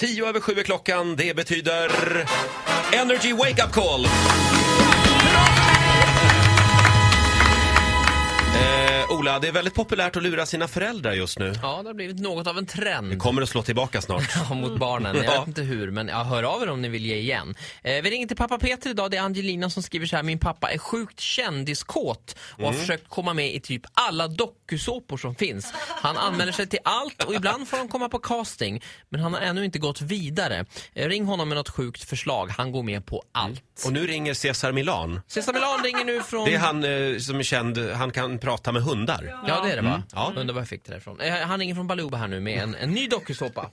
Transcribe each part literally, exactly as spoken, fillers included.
Tio över sju är klockan. Det betyder Energy Wake Up Call. Eh, Ola, det är väldigt populärt att lura sina föräldrar just nu. Ja, det har blivit något av en trend. Det kommer att slå tillbaka snart. Ja, mot barnen. Jag vet inte hur, men jag hör av er om ni vill ge igen. Eh, vi ringer till pappa Peter idag. Det är Angelina som skriver så här: min pappa är sjukt kändiskåt och mm. har försökt komma med i typ alla dokusåpor som finns. Han anmäler sig till allt och ibland får han komma på casting, men han har ännu inte gått vidare. Eh, ring honom med något sjukt förslag. Han går med på allt. Och nu ringer Cesar Milan. Cesar Milan ringer nu från... Det är han eh, som är känd, han kan prata med hundar. Ja, det är det, va? Mm. Ja. Undrar vad jag fick det därifrån. Eh, han ringer från Baluba här nu med en, en ny dokusåpa.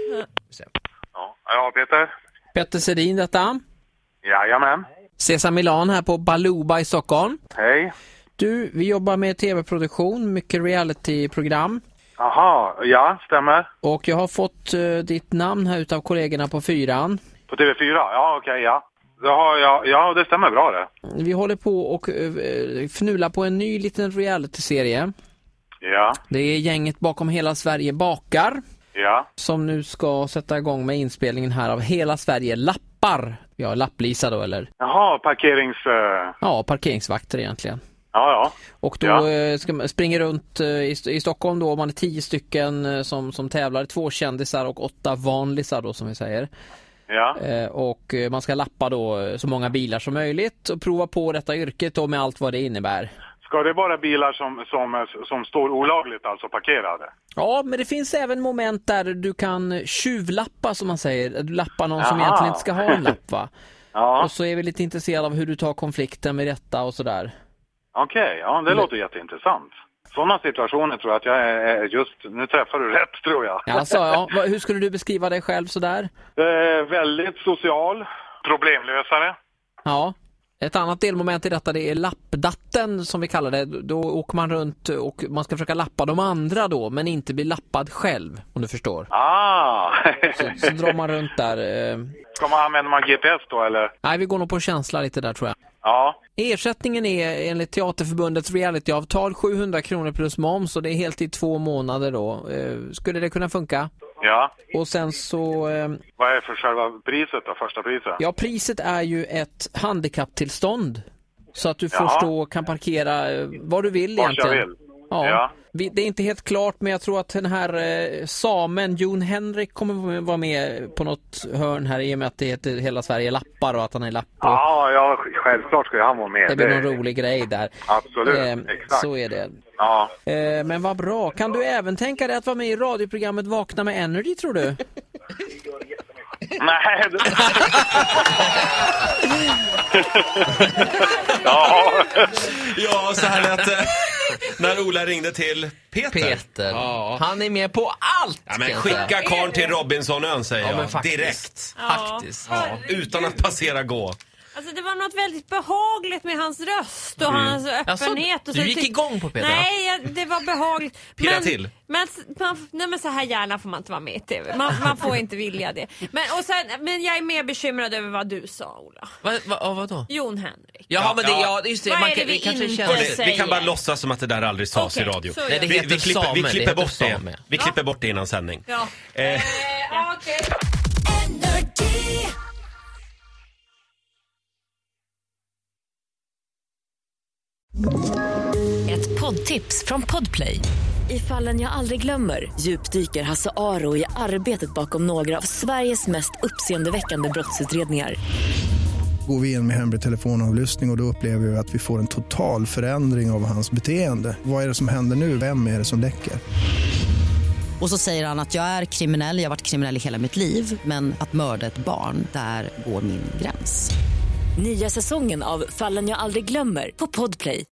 Ja, ja, Peter. Peter Sedin detta. Jajamän. Cesar Milan här på Baluba i Stockholm. Hej. Du, vi jobbar med tv-produktion, mycket reality-program. Aha, ja, stämmer. Och jag har fått uh, ditt namn här utav kollegorna på fyran. På T V fyra? Ja, okej, okay, ja. Det har jag, ja, det stämmer bra det. Vi håller på och uh, fnula på en ny liten reality-serie. Ja. Det är gänget bakom Hela Sverige bakar. Ja. Som nu ska sätta igång med inspelningen här av Hela Sverige lappar. Ja, lapplisa då, eller? Jaha, parkerings... Uh... Ja, parkeringsvakter egentligen. Ja, ja. Och då ja. ska man springa runt i, i Stockholm då, man är tio stycken som, som tävlar, två kändisar och åtta vanlisar då, som vi säger. Ja. Eh, och man ska lappa då så många bilar som möjligt och prova på detta yrket då med allt vad det innebär. Ska det vara bilar som, som, som står olagligt, alltså parkerade? Ja, men det finns även moment där du kan tjuvlappa, som man säger. Du lappar någon Jaha. som egentligen inte ska ha en lapp, va? Ja. Och så är vi lite intresserade av hur du tar konflikten med detta och sådär. Okej, okay, ja, det låter jätteintressant. Sådana situationer tror jag att jag är just... Nu träffar du rätt, tror jag. Alltså, ja. Hur skulle du beskriva dig själv sådär? Eh, väldigt social, problemlösare. Ja. Ett annat delmoment i detta, det är lappdatten som vi kallar det. Då åker man runt och man ska försöka lappa de andra då, men inte bli lappad själv, om du förstår. Ah! så, så drar man runt där. Ska man använda man G P S då, eller? Nej, vi går nog på känsla lite där, tror jag. Ja. Ersättningen är enligt Teaterförbundets realityavtal sjuhundra kronor plus moms, och det är helt i två månader då. Skulle det kunna funka? Ja. Och sen så... Eh, vad är för själva priset då, första priset? Ja, priset är ju ett handikapptillstånd. Så att du ja. först då kan parkera eh, vad du vill Vart egentligen. Jag vill. Ja. Ja. Vi, det är inte helt klart, men jag tror att den här eh, samen, Jon Henrik, kommer vara med på något hörn här i och med att det heter Hela Sverige lappar och att han är lapp. Och, ja, ja, självklart ska han vara med. Det blir någon rolig grej där. Absolut, eh, exakt. Så är det. Ja. Eh, men vad bra. Kan du även tänka dig att vara med i radioprogrammet Vakna med Energy, tror du? Nej. ja. ja, så här lät det när Ola ringde till Peter. Peter. Ja. Han är med på allt. Ja, men skicka karn till Robinsonön, säger ja, jag. Men faktiskt. Direkt. Ja. Faktiskt. Ja. Utan att passera gå. Alltså det var något väldigt behagligt med hans röst och mm. hans öppenhet. Alltså, och så du gick ty- igång på Peter? Nej, det var behagligt. Pirra men, till. Men, man, nej, men så här gärna får man inte vara med i T V. Man, man får inte vilja det. Men, och sen, men jag är mer bekymrad över vad du sa, Ola. Va, va, vad då? Jon Henrik. Ja, men det, ja, just det. Vad Man är det kan, vi kanske inte känner... säger? Vi kan bara låtsas som att det där aldrig sades okay, i radio. Nej, det vi, vi klipper, Same, vi klipper det bort det. Same. Vi ja. klipper bort det innan sändning. Ja. Eh. Eh, ja, okej. Ett poddtips från Podplay. I Fallen jag aldrig glömmer djupdyker Hasse Aro i arbetet bakom några av Sveriges mest uppseendeväckande brottsutredningar. Går vi in med hemlig telefonavlyssning och, och då upplever vi att vi får en total förändring av hans beteende. Vad är det som händer nu? Vem är det som läcker? Och så säger han att jag är kriminell, jag har varit kriminell i hela mitt liv. Men att mörda ett barn, där går min gräns. Nya säsongen av Fallen jag aldrig glömmer på Podplay.